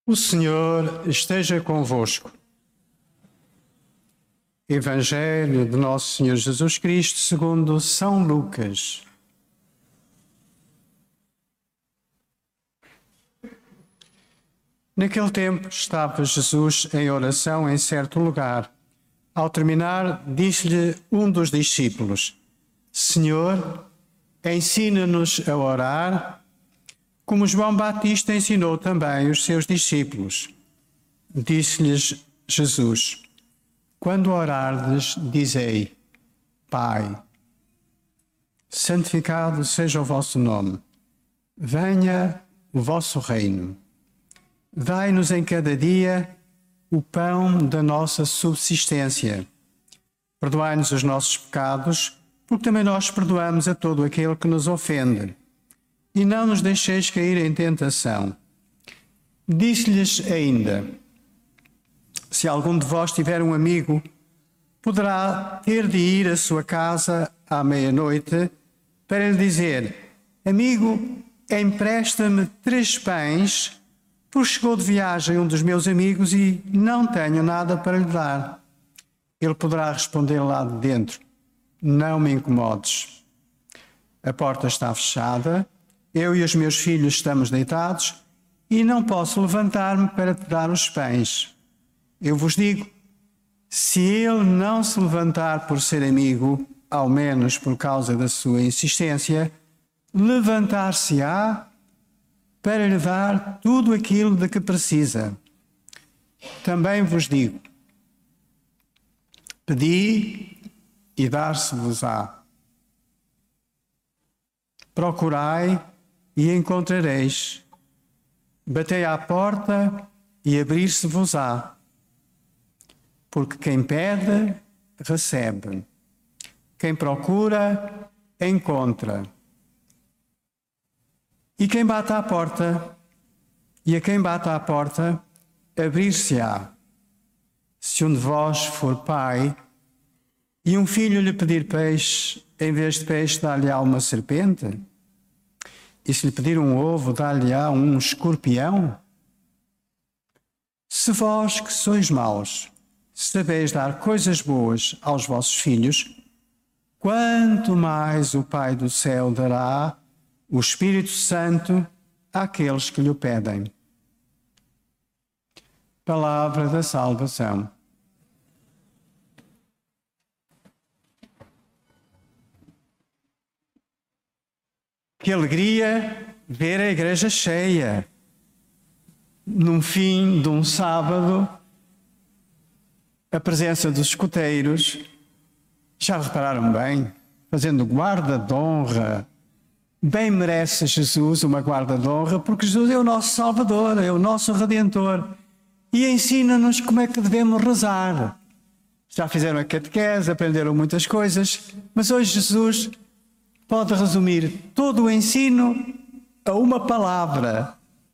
O Senhor esteja convosco. Evangelho de Nosso Senhor Jesus Cristo segundo São Lucas. Naquele tempo estava Jesus em oração em certo lugar. Ao terminar, disse-lhe um dos discípulos: Senhor, ensina-nos a orar, como João Batista ensinou também os seus discípulos. Disse-lhes Jesus: quando orardes, dizei: Pai, santificado seja o vosso nome, venha o vosso reino. Dai-nos em cada dia o pão da nossa subsistência. Perdoai-nos os nossos pecados, porque também nós perdoamos a todo aquele que nos ofende. E não nos deixeis cair em tentação. Disse-lhes ainda: se algum de vós tiver um amigo, poderá ter de ir à sua casa à meia-noite para lhe dizer: amigo, empresta-me 3 pães, porque chegou de viagem um dos meus amigos e não tenho nada para lhe dar. Ele poderá responder lá de dentro: não me incomodes. A porta está fechada, eu e os meus filhos estamos deitados e não posso levantar-me para te dar os pães. Eu vos digo, se ele não se levantar por ser amigo, ao menos por causa da sua insistência, levantar-se-á para lhe dar tudo aquilo de que precisa. Também vos digo, pedi e dar-se-vos-á. Procurai e encontrareis. Batei à porta e abrir-se-vos-á. Porque quem pede, recebe. Quem procura, encontra. E quem bate à porta, e a quem bate à porta, abrir-se-á. Se um de vós for pai, e um filho lhe pedir peixe, em vez de peixe, dar-lhe-á uma serpente? E se lhe pedir um ovo, dar-lhe-á um escorpião? Se vós, que sois maus, sabeis dar coisas boas aos vossos filhos, quanto mais o Pai do céu dará o Espírito Santo àqueles que lhe pedem. Palavra da salvação. Que alegria ver a igreja cheia, num fim de um sábado, a presença dos escuteiros. Já repararam bem? Fazendo guarda de honra. Bem merece Jesus uma guarda de honra, porque Jesus é o nosso Salvador, é o nosso Redentor. E ensina-nos como é que devemos rezar. Já fizeram a catequese, aprenderam muitas coisas, mas hoje Jesus pode resumir todo o ensino a uma palavra.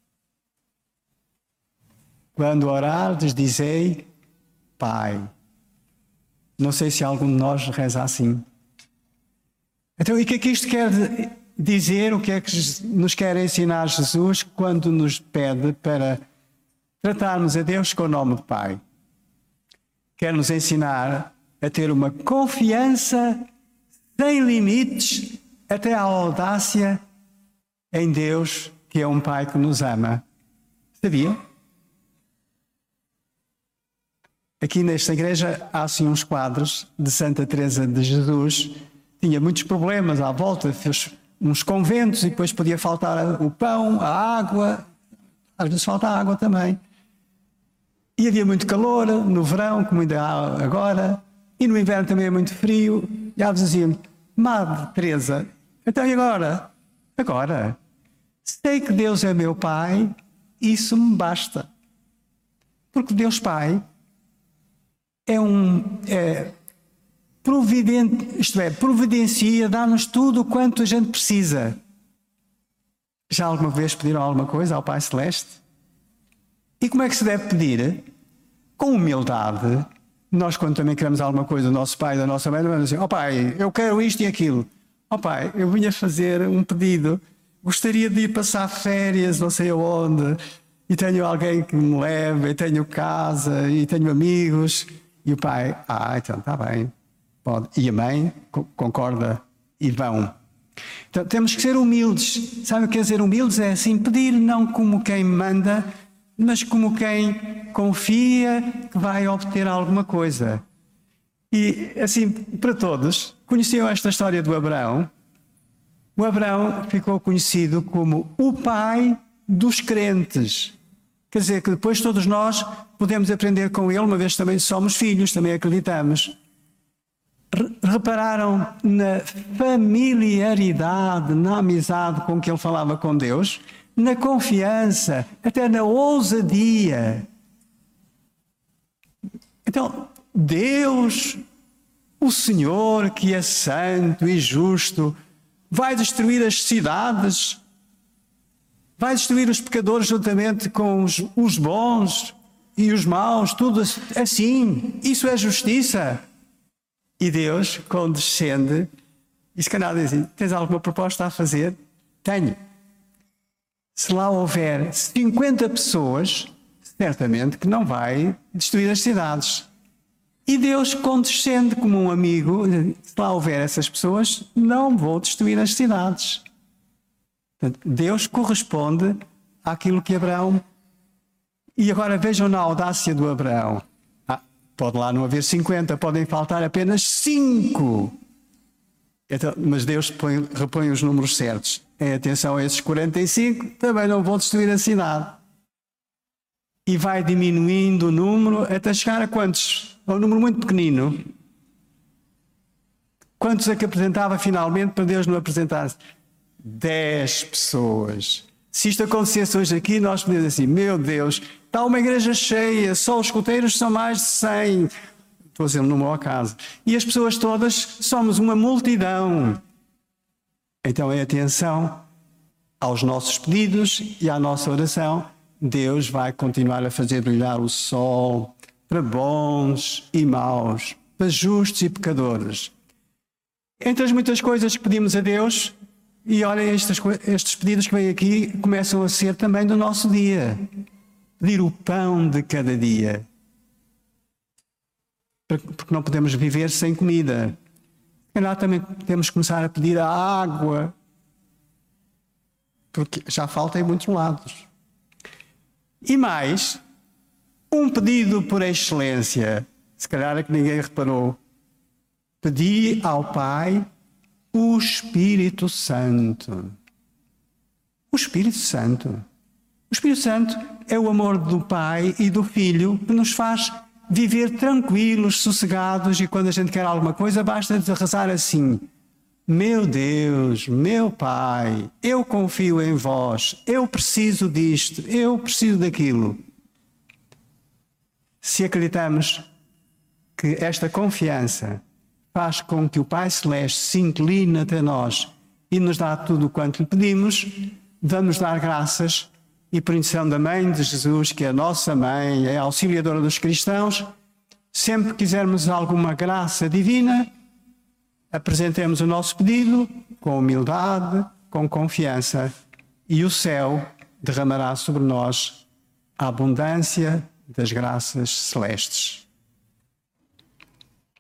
Quando orardes, dizei: Pai. Não sei se algum de nós reza assim. Então, e o que é que isto quer dizer? O que é que nos quer ensinar Jesus quando nos pede para tratarmos a Deus com o nome de Pai? Quer nos ensinar a ter uma confiança sem limites, até à audácia, em Deus, que é um Pai que nos ama. Sabiam? Aqui nesta igreja há assim uns quadros de Santa Teresa de Jesus. Tinha muitos problemas à volta, fez uns conventos e depois podia faltar o pão, a água, às vezes falta a água também. E havia muito calor no verão, como ainda há agora, e no inverno também é muito frio. E ela dizia-me: Madre Teresa, então e agora? Agora, sei que Deus é meu Pai, isso me basta. Porque Deus Pai providencia, dá-nos tudo o quanto a gente precisa. Já alguma vez pediram alguma coisa ao Pai Celeste? E como é que se deve pedir? Com humildade. Nós, quando também queremos alguma coisa do nosso pai, da nossa mãe, vamos dizer: Pai, eu quero isto e aquilo. Pai, eu vinha fazer um pedido. Gostaria de ir passar férias, não sei aonde. e tenho alguém que me leva, e tenho casa, e tenho amigos. E o pai, então está bem, pode. E a mãe concorda e vão. Então temos que ser humildes. Sabe o que quer dizer humildes? É assim, pedir não como quem manda, mas como quem confia que vai obter alguma coisa. E assim, para todos, conheciam esta história do Abraão. O Abraão ficou conhecido como o pai dos crentes. Quer dizer que depois todos nós podemos aprender com ele, uma vez também somos filhos, também acreditamos. Repararam na familiaridade, na amizade com que ele falava com Deus, na confiança, até na ousadia. Então, Deus, o Senhor, que é santo e justo, vai destruir as cidades, vai destruir os pecadores juntamente com os bons e os maus, tudo assim. Isso é justiça. E Deus condescende e se calhar diz assim, tens alguma proposta a fazer? Tenho. Se lá houver 50 pessoas, certamente que não vai destruir as cidades. E Deus condescende como um amigo, se lá houver essas pessoas, não vou destruir as cidades. Portanto, Deus corresponde àquilo que Abraão... E agora vejam na audácia do Abraão. Pode lá não haver 50, podem faltar apenas 5. Então, mas Deus repõe os números certos. Atenção a esses 45, também não vão destruir a cidade. E vai diminuindo o número até chegar a quantos? A um número muito pequenino. Quantos é que apresentava finalmente para Deus não apresentar-se? 10 pessoas. Se isto acontecesse hoje aqui, nós podíamos dizer assim, meu Deus, está uma igreja cheia, só os escuteiros são mais de 100. Estou a dizer no meu acaso. E as pessoas todas somos uma multidão. Então, atenção aos nossos pedidos e à nossa oração. Deus vai continuar a fazer brilhar o sol para bons e maus, para justos e pecadores. Entre as muitas coisas que pedimos a Deus, e olhem, estes pedidos que vêm aqui começam a ser também do nosso dia. Pedir o pão de cada dia. Porque não podemos viver sem comida. Se calhar também temos que começar a pedir a água. Porque já falta em muitos lados. E mais, um pedido por excelência. Se calhar é que ninguém reparou. Pedi ao Pai o Espírito Santo. O Espírito Santo. O Espírito Santo é o amor do Pai e do Filho que nos faz viver tranquilos, sossegados, e quando a gente quer alguma coisa basta rezar assim: meu Deus, meu Pai, eu confio em vós, eu preciso disto, eu preciso daquilo. Se acreditamos que esta confiança faz com que o Pai Celeste se incline até nós e nos dá tudo o quanto lhe pedimos, vamos dar graças e, por intercessão da Mãe de Jesus, que é a nossa Mãe, é a auxiliadora dos cristãos, sempre que quisermos alguma graça divina, apresentemos o nosso pedido com humildade, com confiança, e o céu derramará sobre nós a abundância das graças celestes.